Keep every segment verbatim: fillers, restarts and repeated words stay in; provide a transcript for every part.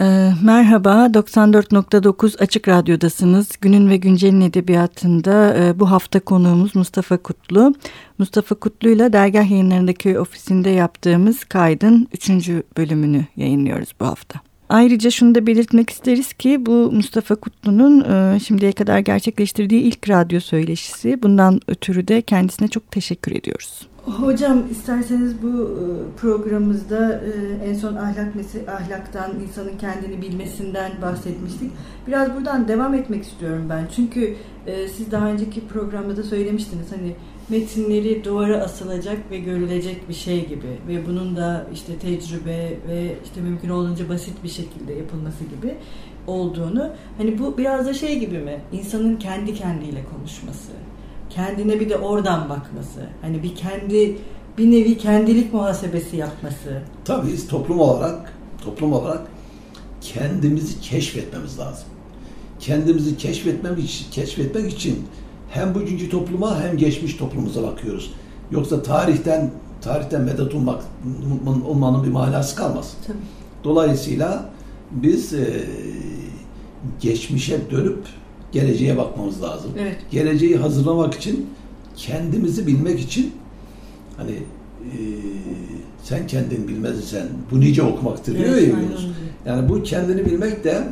E, merhaba, doksan dört nokta dokuz Açık Radyo'dasınız. Günün ve Güncel'in edebiyatında e, bu hafta konuğumuz Mustafa Kutlu. Mustafa Kutlu'yla Dergah Yayınları'ndaki ofisinde yaptığımız kaydın üçüncü bölümünü yayınlıyoruz bu hafta. Ayrıca şunu da belirtmek isteriz ki bu Mustafa Kutlu'nun e, şimdiye kadar gerçekleştirdiği ilk radyo söyleşisi. Bundan ötürü de kendisine çok teşekkür ediyoruz. Hocam, isterseniz bu programımızda en son ahlak mesele, ahlaktan, insanın kendini bilmesinden bahsetmiştik. Biraz buradan devam etmek istiyorum ben. Çünkü siz daha önceki programda da söylemiştiniz, hani metinleri duvara asılacak ve görülecek bir şey gibi ve bunun da işte tecrübe ve işte mümkün olduğunca basit bir şekilde yapılması gibi olduğunu. Hani bu biraz da şey gibi mi? İnsanın kendi kendiyle konuşması. Kendine bir de oradan bakması. Hani bir kendi bir nevi kendilik muhasebesi yapması. Tabii biz toplum olarak toplum olarak kendimizi keşfetmemiz lazım. Kendimizi keşfetmek keşfetmek için hem bugünkü topluma hem geçmiş toplumumuza bakıyoruz. Yoksa tarihten tarihten medet ummak olmanın bir manası kalmaz. Tabii. Dolayısıyla biz e, geçmişe dönüp geleceğe bakmamız lazım. Evet. Geleceği hazırlamak için, kendimizi bilmek için, hani e, sen kendini bilmezsen bu nice okumaktır diyor evet, ya Yunus. Yani bu kendini bilmek de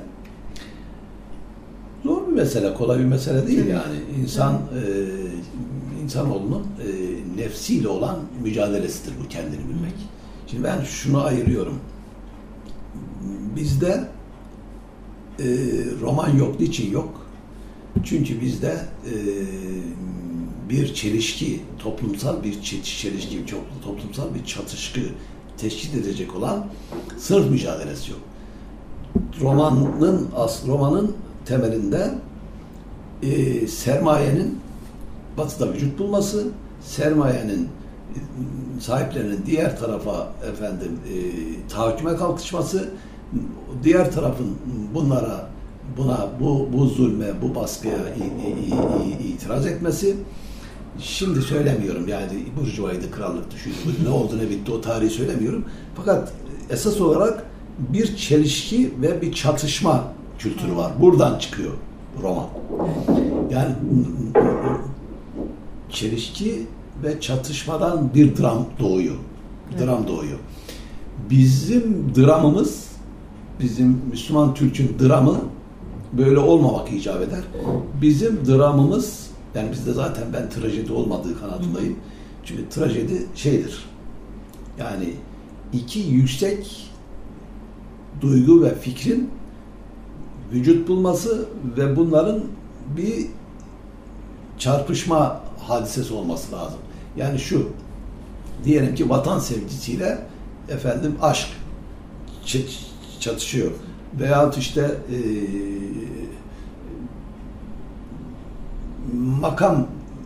zor bir mesele, kolay bir mesele değil. Evet. Yani insan e, insanoğlunun e, nefsiyle olan mücadelesidir bu kendini bilmek. Şimdi ben şunu ayırıyorum. Bizde e, roman yok, niçin yok? Çünkü bizde e, bir çelişki, toplumsal bir çelişki, çok toplumsal bir çatışkı teşkil edecek olan sınıf mücadelesi yok. Romanın as romanın temelinde e, sermayenin batıda vücut bulması, sermayenin e, sahiplerinin diğer tarafa efendim e, tahakküme kalkışması, diğer tarafın bunlara buna, bu, bu zulme, bu baskıya itiraz etmesi. Şimdi söylemiyorum yani burjuvaydı, krallıktı, şuydu, ne oldu ne bitti o tarihi söylemiyorum. Fakat esas olarak bir çelişki ve bir çatışma kültürü var. Buradan çıkıyor roman. Yani çelişki ve çatışmadan bir dram doğuyor. Dram doğuyor. Bizim dramımız, bizim Müslüman Türk'ün dramı böyle olmamak icap eder. Bizim dramımız, yani bizde zaten ben trajedi olmadığı kanatındayım. Çünkü trajedi şeydir, yani iki yüksek duygu ve fikrin vücut bulması ve bunların bir çarpışma hadisesi olması lazım. Yani şu, diyelim ki vatan sevgisiyle efendim aşk çatışıyor. Veyahut işte e, makam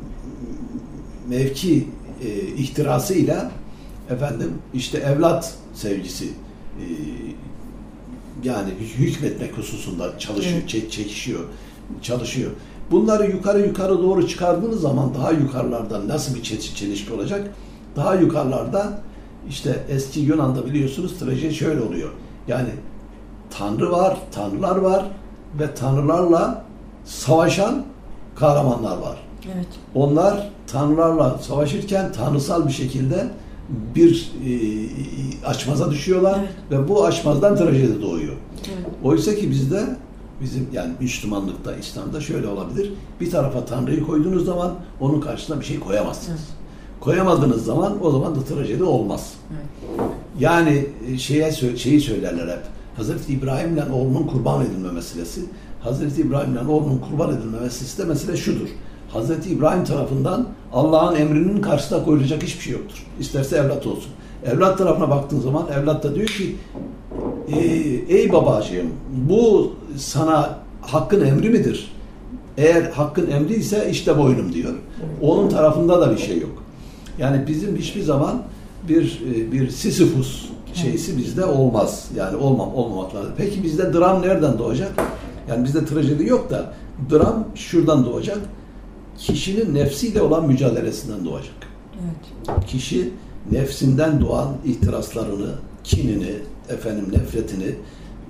mevki e, ihtirasıyla efendim işte evlat sevgisi e, yani hükmetmek hususunda çalışıyor, evet. çek, çekişiyor, çalışıyor. Bunları yukarı yukarı doğru çıkardığınız zaman daha yukarılardan nasıl bir çelişki olacak? Daha yukarılarda işte eski Yunan'da biliyorsunuz trajedi şöyle oluyor. Yani Tanrı var, tanrılar var ve tanrılarla savaşan kahramanlar var. Evet. Onlar tanrılarla savaşırken tanrısal bir şekilde bir e, açmaza düşüyorlar, evet. ve bu açmazdan trajedi doğuyor. Evet. Oysa ki bizde, bizim yani Müslümanlıkta, İslam'da şöyle olabilir. Bir tarafa Tanrı'yı koyduğunuz zaman onun karşısına bir şey koyamazsınız. Evet. Koyamadığınız zaman o zaman da trajedi olmaz. Evet. Yani şeye şeyi söylerler hep. Hazreti İbrahim'le oğlunun kurban edilme meselesi. Hazreti İbrahim'le oğlunun kurban edilme meselesi de mesele şudur. Hazreti İbrahim tarafından Allah'ın emrinin karşısına koyulacak hiçbir şey yoktur. İsterse evlat olsun. Evlat tarafına baktığın zaman evlat da diyor ki ey babacığım, bu sana hakkın emri midir? Eğer hakkın emri ise işte boynum diyor. Onun tarafında da bir şey yok. Yani bizim hiçbir zaman bir bir Sisyphus şeysi bizde olmaz. Yani olmam, olmamak lazım. Peki bizde dram nereden doğacak? Yani bizde trajedi yok da dram şuradan doğacak. Kişinin nefsiyle olan mücadelesinden doğacak. Evet. Kişi nefsinden doğan ihtiraslarını, kinini, efendim nefretini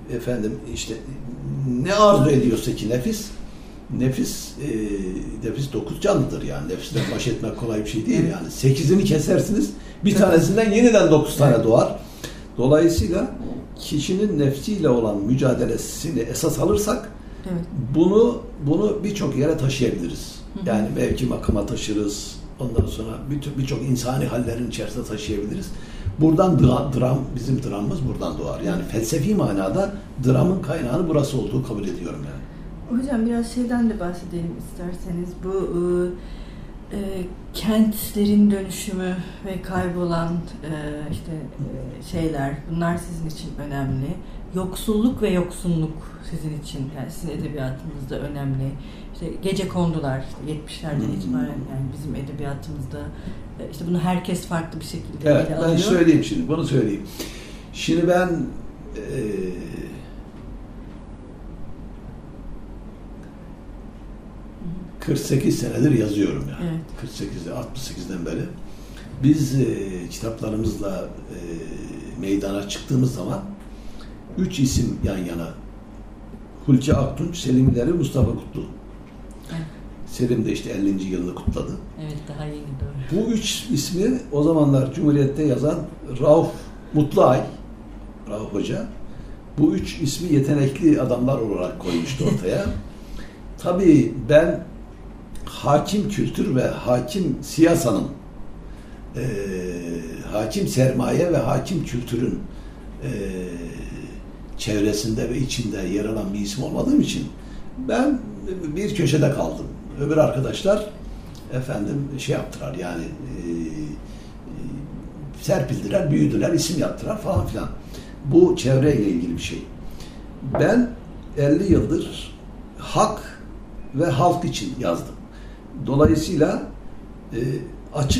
efendim işte ne arzu ediyorsa ki nefis, nefis e, nefis dokuz canlıdır yani. Nefisten baş etmek kolay bir şey değil yani. Sekizini kesersiniz, bir tanesinden yeniden dokuz tane doğar. Dolayısıyla kişinin nefsiyle olan mücadelesini esas alırsak evet. bunu bunu birçok yere taşıyabiliriz. Yani mevki makama taşırız. Ondan sonra birçok insani hallerin içerisinde taşıyabiliriz. Buradan dram, bizim dramımız buradan doğar. Yani felsefi manada dramın kaynağını burası olduğu kabul ediyorum yani. Hocam biraz şeyden de bahsedelim isterseniz. Bu e, e, kentlerin dönüşümü ve kaybolan e, işte e, şeyler, bunlar sizin için önemli. Yoksulluk ve yoksunluk sizin için, yani sizin edebiyatınızda önemli. İşte gecekondular, işte yetmişlerden itibaren yani bizim edebiyatımızda işte bunu herkes farklı bir şekilde evet, ele alıyor. Ben söyleyeyim şimdi, bunu söyleyeyim. Şimdi ben e, kırk sekiz senedir yazıyorum yani. Evet. kırk sekiz, altmış sekizden beri. Biz e, kitaplarımızla e, meydana çıktığımız zaman üç isim yan yana. Hulki Aktunç, Selim İleri, Mustafa Kutlu. Evet. Selim de işte ellinci yılını kutladı. Evet, daha yeni doğru. Bu üç ismi o zamanlar Cumhuriyet'te yazan Rauf Mutluay, Rauf Hoca, bu üç ismi yetenekli adamlar olarak koymuştu ortaya. Tabii ben hakim kültür ve hakim siyasanın, e, hakim sermaye ve hakim kültürün e, çevresinde ve içinde yer alan bir isim olmadığım için ben bir köşede kaldım. Öbür arkadaşlar efendim şey yaptılar yani e, e, serpildiler, büyüdüler, isim yaptılar falan filan. Bu çevreyle ilgili bir şey. Ben elli yıldır hak ve halk için yazdım. Dolayısıyla e, açık,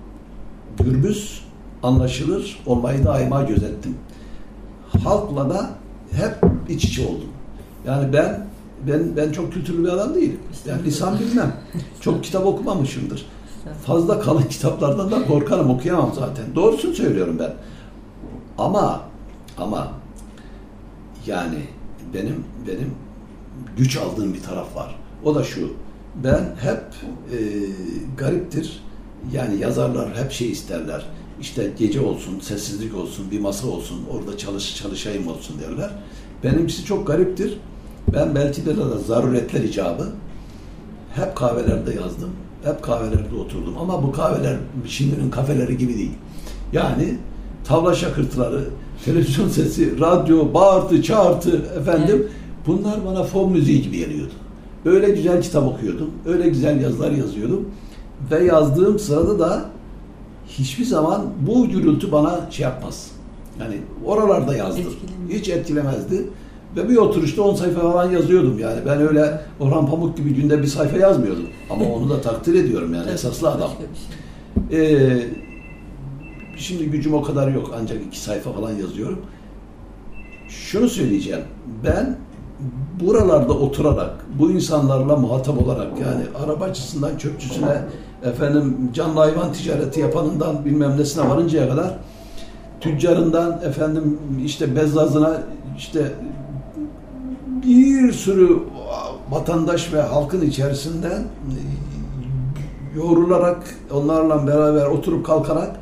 gürbüz, anlaşılır olmayı daima gözettim. Halkla da hep iç içe oldum. Yani ben ben ben çok kültürlü bir adam değilim. Yani lisan bilmem. Çok kitap okumamışımdır. Fazla kalın kitaplardan da korkarım, okuyamam zaten. Doğrusunu söylüyorum ben. Ama ama yani benim benim güç aldığım bir taraf var. O da şu. Ben hep e, gariptir. Yani yazarlar hep şey isterler. İşte gece olsun, sessizlik olsun, bir masa olsun, orada çalış çalışayım olsun derler. Benimkisi çok gariptir. Ben belki de da zaruretler icabı hep kahvelerde yazdım. Hep kahvelerde oturdum. Ama bu kahveler şimdinin kafeleri gibi değil. Yani tavla şakırtıları, televizyon sesi, radyo, bağırtı, çağırtı efendim. Evet. Bunlar bana fon müziği gibi geliyordu. Öyle güzel kitap okuyordum. Öyle güzel yazılar yazıyordum. Ve yazdığım sırada da hiçbir zaman bu gürültü bana şey yapmaz. Yani oralarda yazdım. Etkilemiyor. Hiç etkilemezdi. Ve bir oturuşta on sayfa falan yazıyordum yani. Ben öyle Orhan Pamuk gibi günde bir sayfa yazmıyordum. Ama onu da takdir ediyorum yani. Esaslı adam. Ee, şimdi gücüm o kadar yok. Ancak iki sayfa falan yazıyorum. Şunu söyleyeceğim. Ben buralarda oturarak, bu insanlarla muhatap olarak yani arabacısından çöpçüsüne, efendim canlı hayvan ticareti yapanından bilmem nesine varıncaya kadar tüccarından efendim işte bezzazına işte bir sürü vatandaş ve halkın içerisinden yoğrularak, onlarla beraber oturup kalkarak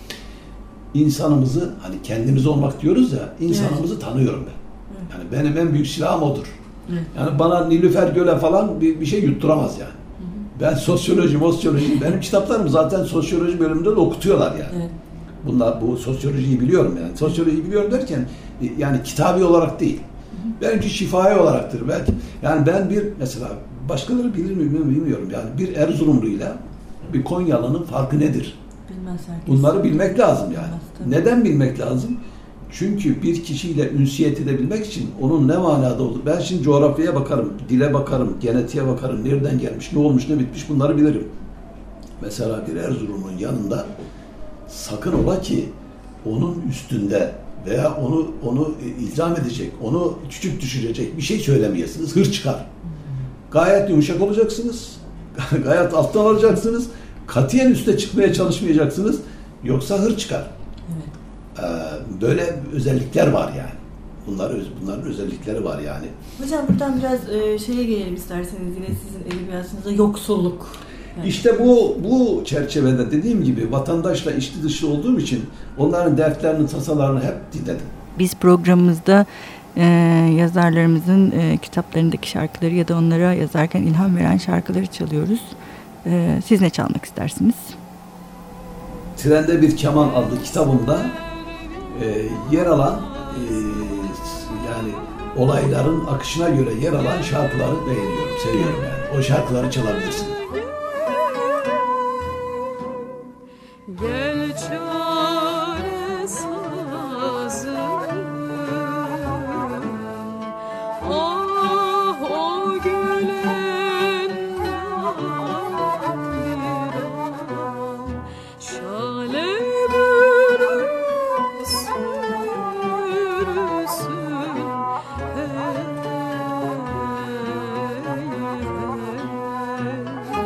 insanımızı, hani kendimiz olmak diyoruz ya, insanımızı evet. tanıyorum ben. Yani benim en büyük silahım odur. Evet. Yani bana Nilüfer Göle falan bir, bir şey yutturamaz yani. Hı hı. Ben sosyoloji, sosyoloji, benim kitaplarım zaten sosyoloji bölümünde de okutuyorlar yani. Evet. Bunlar, bu sosyolojiyi biliyorum yani. Sosyolojiyi biliyorum derken yani kitabi olarak değil. Hı hı. Belki şifai olaraktır belki. Yani ben bir mesela başkaları bilir mi bilmiyorum yani bir Erzurumluyla bir Konyalı'nın farkı nedir? Bilmez herkes. Bunları bilmek lazım yani. Bilmez, neden bilmek lazım? Çünkü bir kişiyle ünsiyet edebilmek için onun ne manada olur? Ben şimdi coğrafyaya bakarım, dile bakarım, genetiğe bakarım, nereden gelmiş, ne olmuş, ne bitmiş bunları bilirim. Mesela bir Erzurum'un yanında sakın ola ki onun üstünde veya onu onu ilzam edecek, onu küçük düşürecek bir şey söylemeyesiniz, hır çıkar. Gayet yumuşak olacaksınız, gayet alttan alacaksınız, katiyen üste çıkmaya çalışmayacaksınız, yoksa hır çıkar. Evet. Böyle özellikler var yani. Bunlar bunların özellikleri var yani. Hocam buradan biraz e, şeye gelelim isterseniz, yine sizin edebiyatınızda yoksulluk. Yani. İşte bu bu çerçevede dediğim gibi vatandaşla içli dışlı olduğum için onların dertlerini, tasalarını hep dinledim. Biz programımızda e, yazarlarımızın e, kitaplarındaki şarkıları ya da onlara yazarken ilham veren şarkıları çalıyoruz. E, siz ne çalmak istersiniz? Trende Bir Keman adlı kitabımda e, yer alan e, yani olayların akışına göre yer alan şarkıları beğeniyorum, seviyorum yani. O şarkıları çalabilirsin. Gel çare sazım, ah o gülen yağmur, şale bürüsün, hey, hey, hey.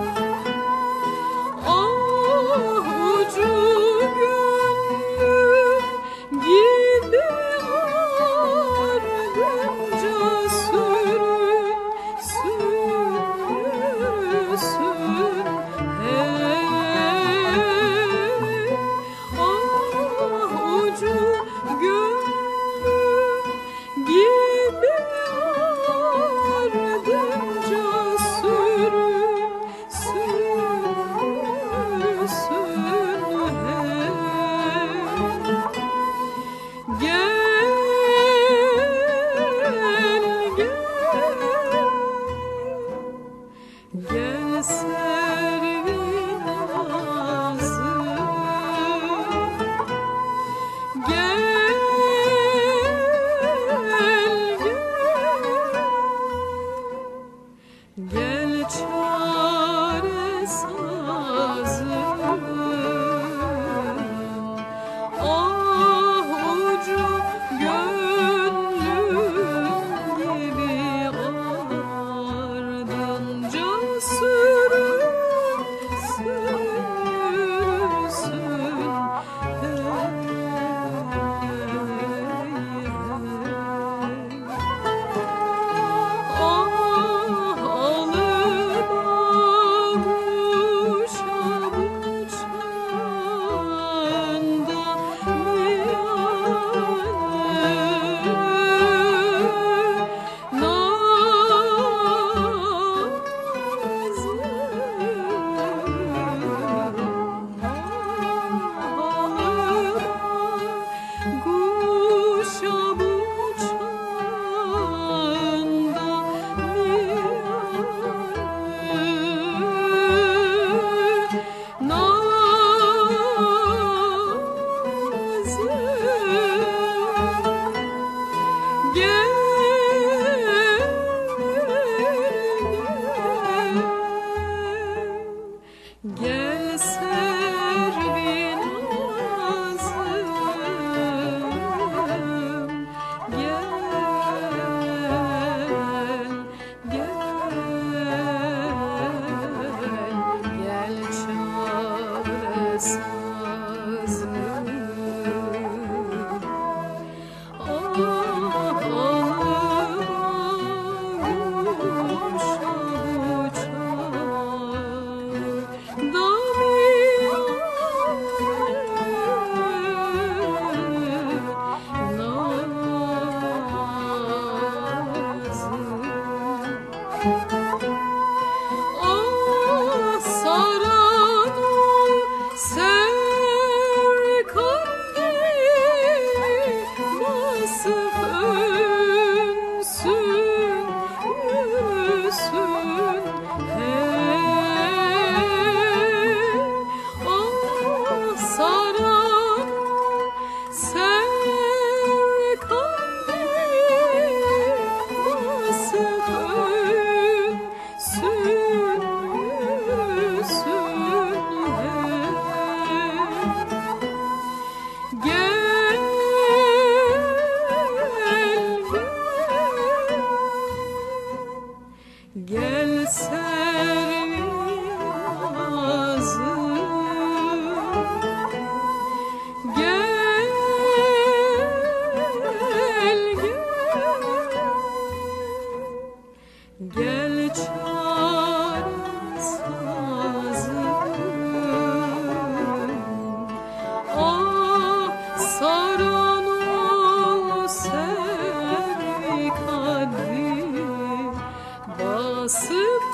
Nasıl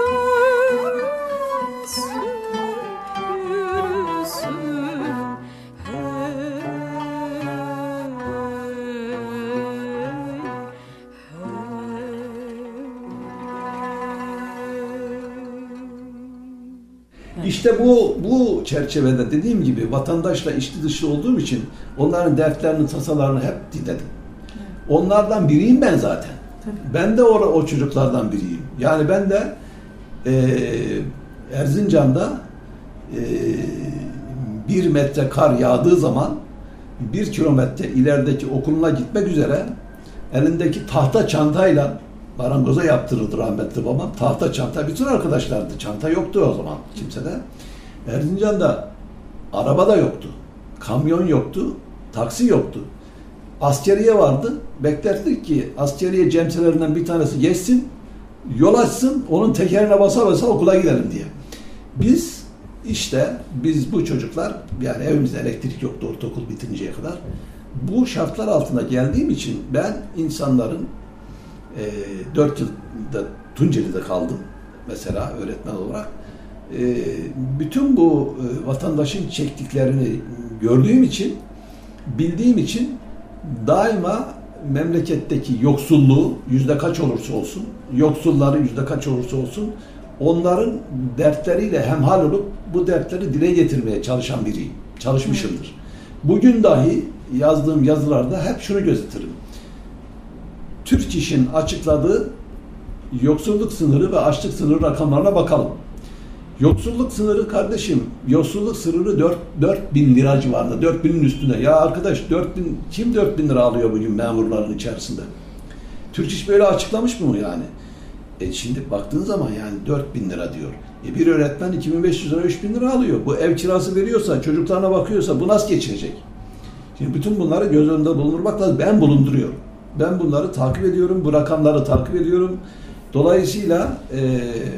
dönsün, yürüsün, hey, hey. İşte bu bu çerçevede dediğim gibi vatandaşla içli dışlı olduğum için onların dertlerini, tasalarını hep dinledim. Onlardan biriyim ben zaten. Tabii. Ben de o, o çocuklardan biriyim. Yani ben de e, Erzincan'da e, bir metre kar yağdığı zaman bir kilometre ilerideki okuluna gitmek üzere elindeki tahta çantayla, marangoza yaptırırdı rahmetli babam, tahta çanta, bütün arkadaşlardı, çanta yoktu o zaman kimsede. Erzincan'da araba da yoktu, kamyon yoktu, taksi yoktu. Askeriye vardı, beklerdik ki askeriye cemselerinden bir tanesi geçsin, yol açsın, onun tekerine basa basa okula gidelim diye. Biz işte, biz bu çocuklar, yani evimizde elektrik yoktu ortaokul bitinceye kadar. Bu şartlar altında geldiğim için ben insanların e, dört yılda Tunceli'de kaldım mesela öğretmen olarak. E, bütün bu e, vatandaşın çektiklerini gördüğüm için, bildiğim için daima memleketteki yoksulluğu yüzde kaç olursa olsun, yoksulları yüzde kaç olursa olsun, onların dertleriyle hemhal olup bu dertleri dile getirmeye çalışan biriyim. Çalışmışımdır. Bugün dahi yazdığım yazılarda hep şunu gözetirim. Türk İş'in açıkladığı yoksulluk sınırı ve açlık sınırı rakamlarına bakalım. Yoksulluk sınırı kardeşim, yoksulluk sınırı dört bin lira civarında, dört binin üstünde. Ya arkadaş dört bin, kim dört bin lira alıyor bugün memurların içerisinde? Türk İş böyle açıklamış mı yani? E şimdi baktığın zaman yani dört bin lira diyor. E bir öğretmen iki bin beş yüz lira, üç bin lira alıyor. Bu ev kirası veriyorsa, çocuklarına bakıyorsa bu nasıl geçirecek? Şimdi bütün bunları göz önünde bulundurmak lazım. Ben bulunduruyorum. Ben bunları takip ediyorum, bu rakamları takip ediyorum. Dolayısıyla e,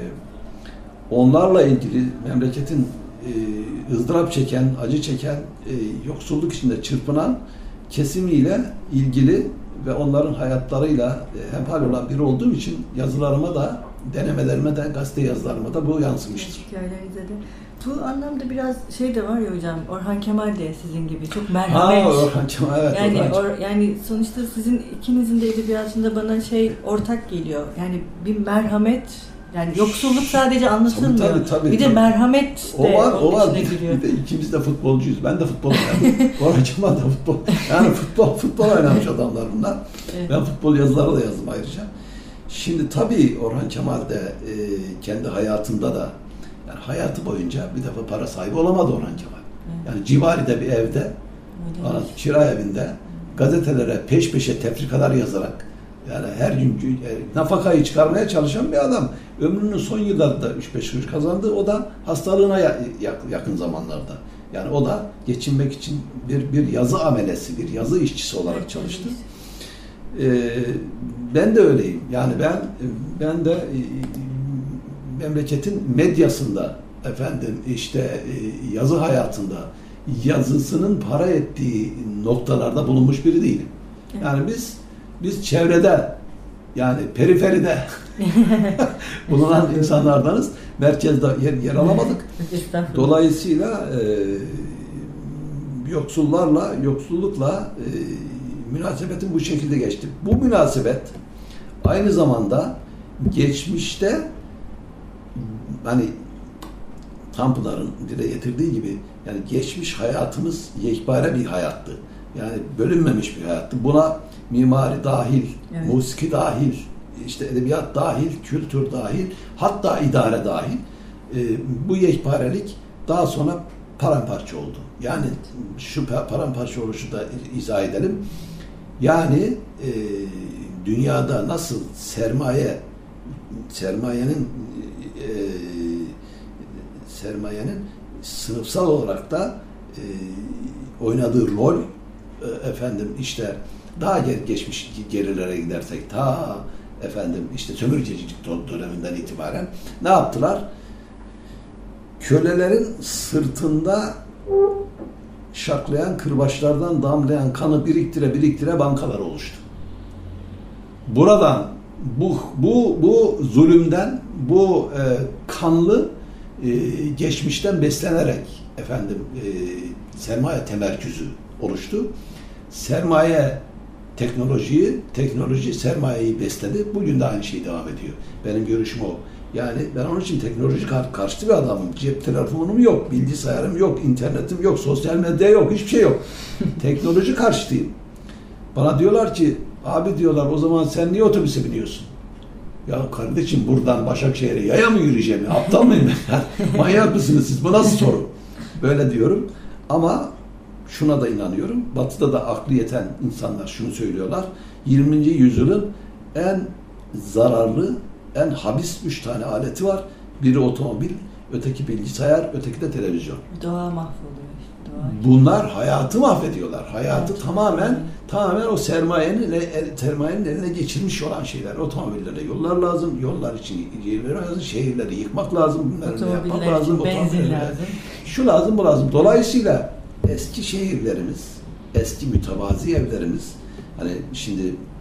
onlarla ilgili memleketin e, ızdırap çeken, acı çeken, e, yoksulluk içinde çırpınan kesimiyle ilgili ve onların hayatlarıyla e, hemhal olan biri olduğum için yazılarıma da, denemelerime de, gazete yazılarıma da bu yansımıştır. Hikayelerinize de. Bu anlamda biraz şey de var ya hocam, Orhan Kemal de sizin gibi çok merhamet. Ha, Orhan Kemal, evet. Yani, Orhan. or, yani sonuçta sizin ikinizin de edebiyatında bana şey ortak geliyor. Yani bir merhamet, yani yoksulluk sadece anlatılmıyor. Tabii, tabii, bir tabii. de merhamet de o var, o var. içine Bir, giriyor. bir de ikimiz de futbolcuyuz. Ben de futbol oynadım. Orhan Kemal da futbol. Yani futbol futbol oynamış adamlar bunlar. Evet. Ben futbol yazıları da yazdım ayrıca. Şimdi tabii Orhan Kemal de e, kendi hayatında da, yani hayatı boyunca bir defa para sahibi olamadı Orhan Kemal. Evet. Yani Civali'de bir evde, evet. kira evinde gazetelere peş peşe tefrikalar yazarak, yani her gün e, nafakayı çıkarmaya çalışan bir adam. Ömrünün son yıllarında üç beş kuruş kazandı. O da hastalığına ya, yakın zamanlarda. Yani o da geçinmek için bir bir yazı amelesi, bir yazı işçisi olarak çalıştı. Ee, ben de öyleyim. Yani ben ben de e, memleketin medyasında, efendim işte e, yazı hayatında yazısının para ettiği noktalarda bulunmuş biri değilim. Yani biz biz çevrede, yani periferide bulunan insanlardanız. Merkezde yer, yer alamadık. Dolayısıyla e, yoksullarla, yoksullukla e, münasebetin bu şekilde geçti. Bu münasebet aynı zamanda geçmişte hani Tanpınar'ın dile getirdiği gibi yani geçmiş hayatımız yekpare bir hayattı. Yani bölünmemiş bir hayattı. Buna mimari dahil, evet. musiki dahil, işte edebiyat dahil, kültür dahil, hatta idare dahil. E, bu yekparelik daha sonra paramparça oldu. Yani şu paramparça oluşu da izah edelim. Yani e, dünyada nasıl sermaye, sermayenin e, sermayenin sınıfsal olarak da e, oynadığı rol e, efendim işte daha geçmiş gerilere gidersek ta efendim işte sömürgecilik döneminden itibaren ne yaptılar? Kölelerin sırtında şaklayan kırbaçlardan damlayan kanı biriktire biriktire bankalar oluştu. Buradan bu bu bu zulümden, bu e, kanlı e, geçmişten beslenerek efendim e, sermaye temerküzü oluştu. Sermaye teknolojiyi, teknoloji sermayeyi besledi. Bugün de aynı şey devam ediyor. Benim görüşüm o. Yani ben onun için teknoloji kar- karşıtı bir adamım. Cep telefonum yok, bilgisayarım yok, internetim yok, sosyal medya yok, hiçbir şey yok. Teknoloji karşıtıyım. Bana diyorlar ki, abi diyorlar o zaman sen niye otobüse biniyorsun? Ya kardeşim buradan Başakşehir'e yaya mı yürüyeceğim ya? Aptal mıyım ben? Manyak mısınız siz? Bu nasıl soru? Böyle diyorum. Ama şuna da inanıyorum. Batı'da da aklı yeten insanlar şunu söylüyorlar. yirminci yüzyılın en zararlı, en habis üç tane aleti var. Biri otomobil, öteki bilgisayar, öteki de televizyon. Doğa mahvoluyor. Doğa. Bunlar hayatı mahvediyorlar. Hayatı Evet. tamamen evet. tamamen o sermayenin sermayenin eline geçirmiş olan şeyler. Otomobillere yollar lazım, yollar için yerleri lazım, şehirleri yıkmak lazım, bunları yapmak lazım, benzin lazım. Şu lazım, bu lazım. Dolayısıyla eski şehirlerimiz, eski mütevazi evlerimiz, hani şimdi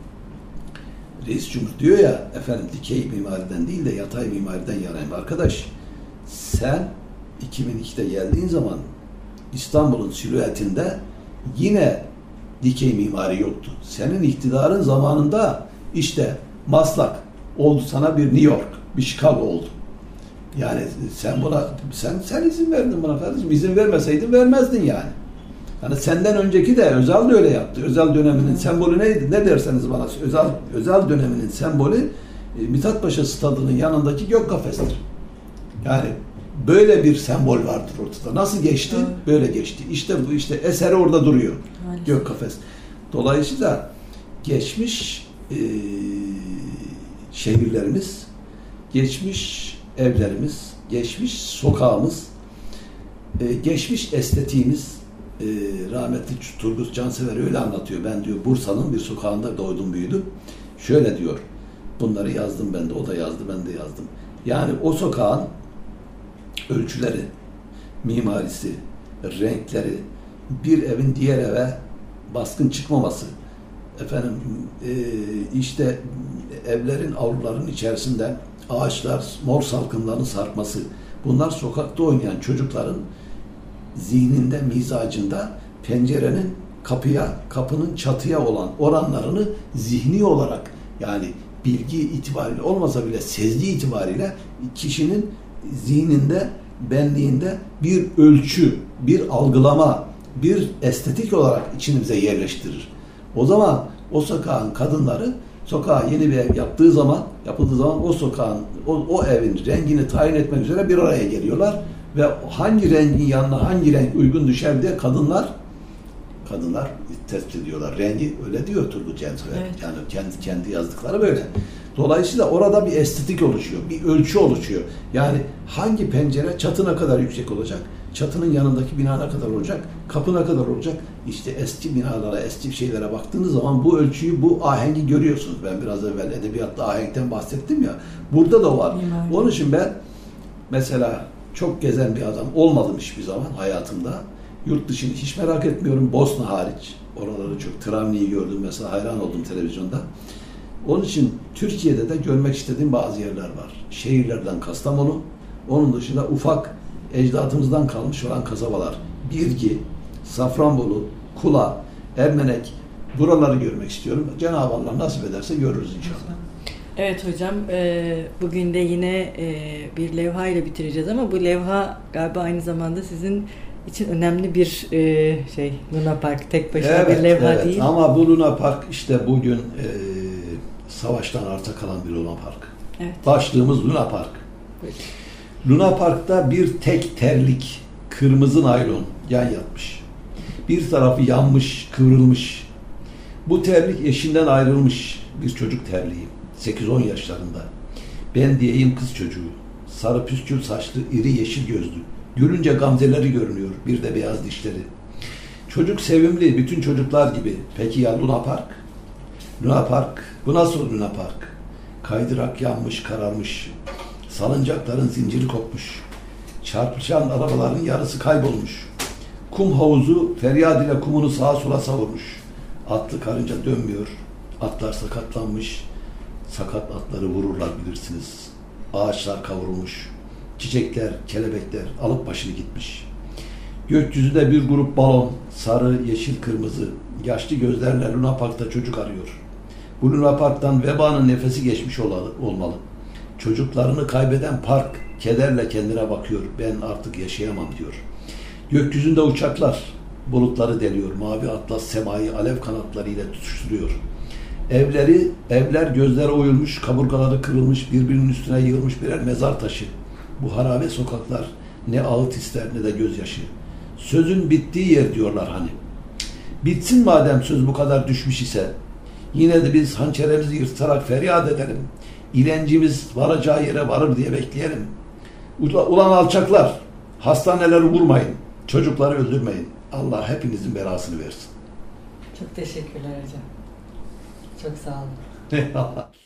Reis Cumhur diyor ya, efendim dikey mimariden değil de yatay mimariden yanayım. Arkadaş, sen iki bin ikide geldiğin zaman İstanbul'un silüetinde yine dikey mimari yoktu. Senin iktidarın zamanında işte Maslak oldu sana bir New York, bir Chicago oldu. Yani sen buna, sen sen izin verdin buna kardeşim. İzin vermeseydin vermezdin yani. Yani senden önceki de Özal da öyle yaptı. Özal döneminin sembolü neydi? Ne derseniz bana. Özal Özal döneminin sembolü e, Mithat Paşa Stadı'nın yanındaki gök kafestir. Yani böyle bir sembol vardır ortada. Nasıl geçti? Evet. Böyle geçti. İşte bu işte eseri orada duruyor. Maalesef. Gök kafes. Dolayısıyla geçmiş e, şehirlerimiz, geçmiş evlerimiz, geçmiş sokağımız, e, geçmiş estetiğimiz, e, rahmetli Turgut Cansever öyle anlatıyor. Ben diyor Bursa'nın bir sokağında doğdum büyüdüm. Şöyle diyor. Bunları yazdım ben de, o da yazdı, ben de yazdım. Yani o sokağın ölçüleri, mimarisi, renkleri, bir evin diğer eve baskın çıkmaması, efendim e, işte evlerin, avluların içerisinden ağaçlar, mor salkımların sarkması, bunlar sokakta oynayan çocukların zihninde, mizacında pencerenin kapıya, kapının çatıya olan oranlarını zihni olarak, yani bilgi itibariyle olmasa bile sezgi itibariyle kişinin zihninde, benliğinde bir ölçü, bir algılama, bir estetik olarak içimize yerleştirir. O zaman o sokağın kadınları sokağa yeni bir ev yaptığı zaman, yapıldığı zaman o sokağın, o, o evin rengini tayin etmek üzere bir araya geliyorlar ve hangi rengin yanına hangi renk uygun düşer diye kadınlar kadınlar tespit ediyorlar. Rengi öyle diyor Turgut Cansever. Evet. Yani kendi kendi yazdıkları böyle. Dolayısıyla orada bir estetik oluşuyor, bir ölçü oluşuyor. Yani hangi pencere çatına kadar yüksek olacak, çatının yanındaki bina ne kadar olacak, kapı ne kadar olacak? İşte eski binalara, eski şeylere baktığınız zaman bu ölçüyü, bu ahengi görüyorsunuz. Ben biraz evvel edebiyatta ahenkten bahsettim ya. Burada da var. Mimari. Onun için ben mesela çok gezen bir adam olmadım hiçbir zaman hayatımda. Yurt dışını hiç merak etmiyorum. Bosna hariç. Oraları çok. Travni'yi gördüm mesela. Hayran oldum televizyonda. Onun için Türkiye'de de görmek istediğim bazı yerler var. Şehirlerden Kastamonu. Onun dışında ufak ecdadımızdan kalmış olan kasabalar. Birgi, Safranbolu, Kula, Ermenek. Buraları görmek istiyorum. Cenab-ı Allah nasip ederse görürüz inşallah. Evet hocam, e, bugün de yine e, bir levha ile bitireceğiz ama bu levha galiba aynı zamanda sizin için önemli bir e, şey, Luna Park tek başına evet, bir levha evet. değil. Ama bu Luna Park işte bugün e, savaştan arta kalan bir Luna Park. Evet. Başlığımız Luna Park. Peki. Luna Park'ta bir tek terlik, kırmızı naylon yan yatmış. Bir tarafı yanmış, kıvrılmış. Bu terlik eşinden ayrılmış bir çocuk terliği. sekiz on yaşlarında. Ben diyeyim kız çocuğu. Sarı püskül saçlı, iri yeşil gözlü. Gülünce gamzeleri görünüyor. Bir de beyaz dişleri. Çocuk sevimli, bütün çocuklar gibi. Peki ya Luna Park? Luna Park, bu nasıl Luna Park? Kaydırak yanmış, kararmış. Salıncakların zinciri kopmuş. Çarpışan arabaların yarısı kaybolmuş. Kum havuzu feryat ile kumunu sağa sola savurmuş. Atlı karınca dönmüyor. Atlar sakatlanmış. sakat atları vururlar bilirsiniz. Ağaçlar kavrulmuş, çiçekler, kelebekler alıp başını gitmiş. Gökyüzünde bir grup balon, sarı, yeşil, kırmızı, yaşlı gözlerle Luna Park'ta çocuk arıyor. Bu Luna Park'tan vebanın nefesi geçmiş olmalı. Çocuklarını kaybeden park kederle kendine bakıyor. Ben artık yaşayamam diyor. Gökyüzünde uçaklar bulutları deliyor. Mavi atlas semayı alev kanatlarıyla tutuşturuyor. Evleri, evler gözlere oyulmuş, kaburgaları kırılmış, birbirinin üstüne yığılmış birer mezar taşı. Bu harabe sokaklar ne ağıt ister ne de gözyaşı. Sözün bittiği yer diyorlar hani. Bitsin madem söz bu kadar düşmüş ise, yine de biz hançerimizi yırtarak feryat edelim. İlencimiz varacağı yere varır diye bekleyelim. Ulan alçaklar, hastaneleri vurmayın, çocukları öldürmeyin. Allah hepinizin belasını versin. Çok teşekkürler hocam. Çok sağ olun. Eyvallah.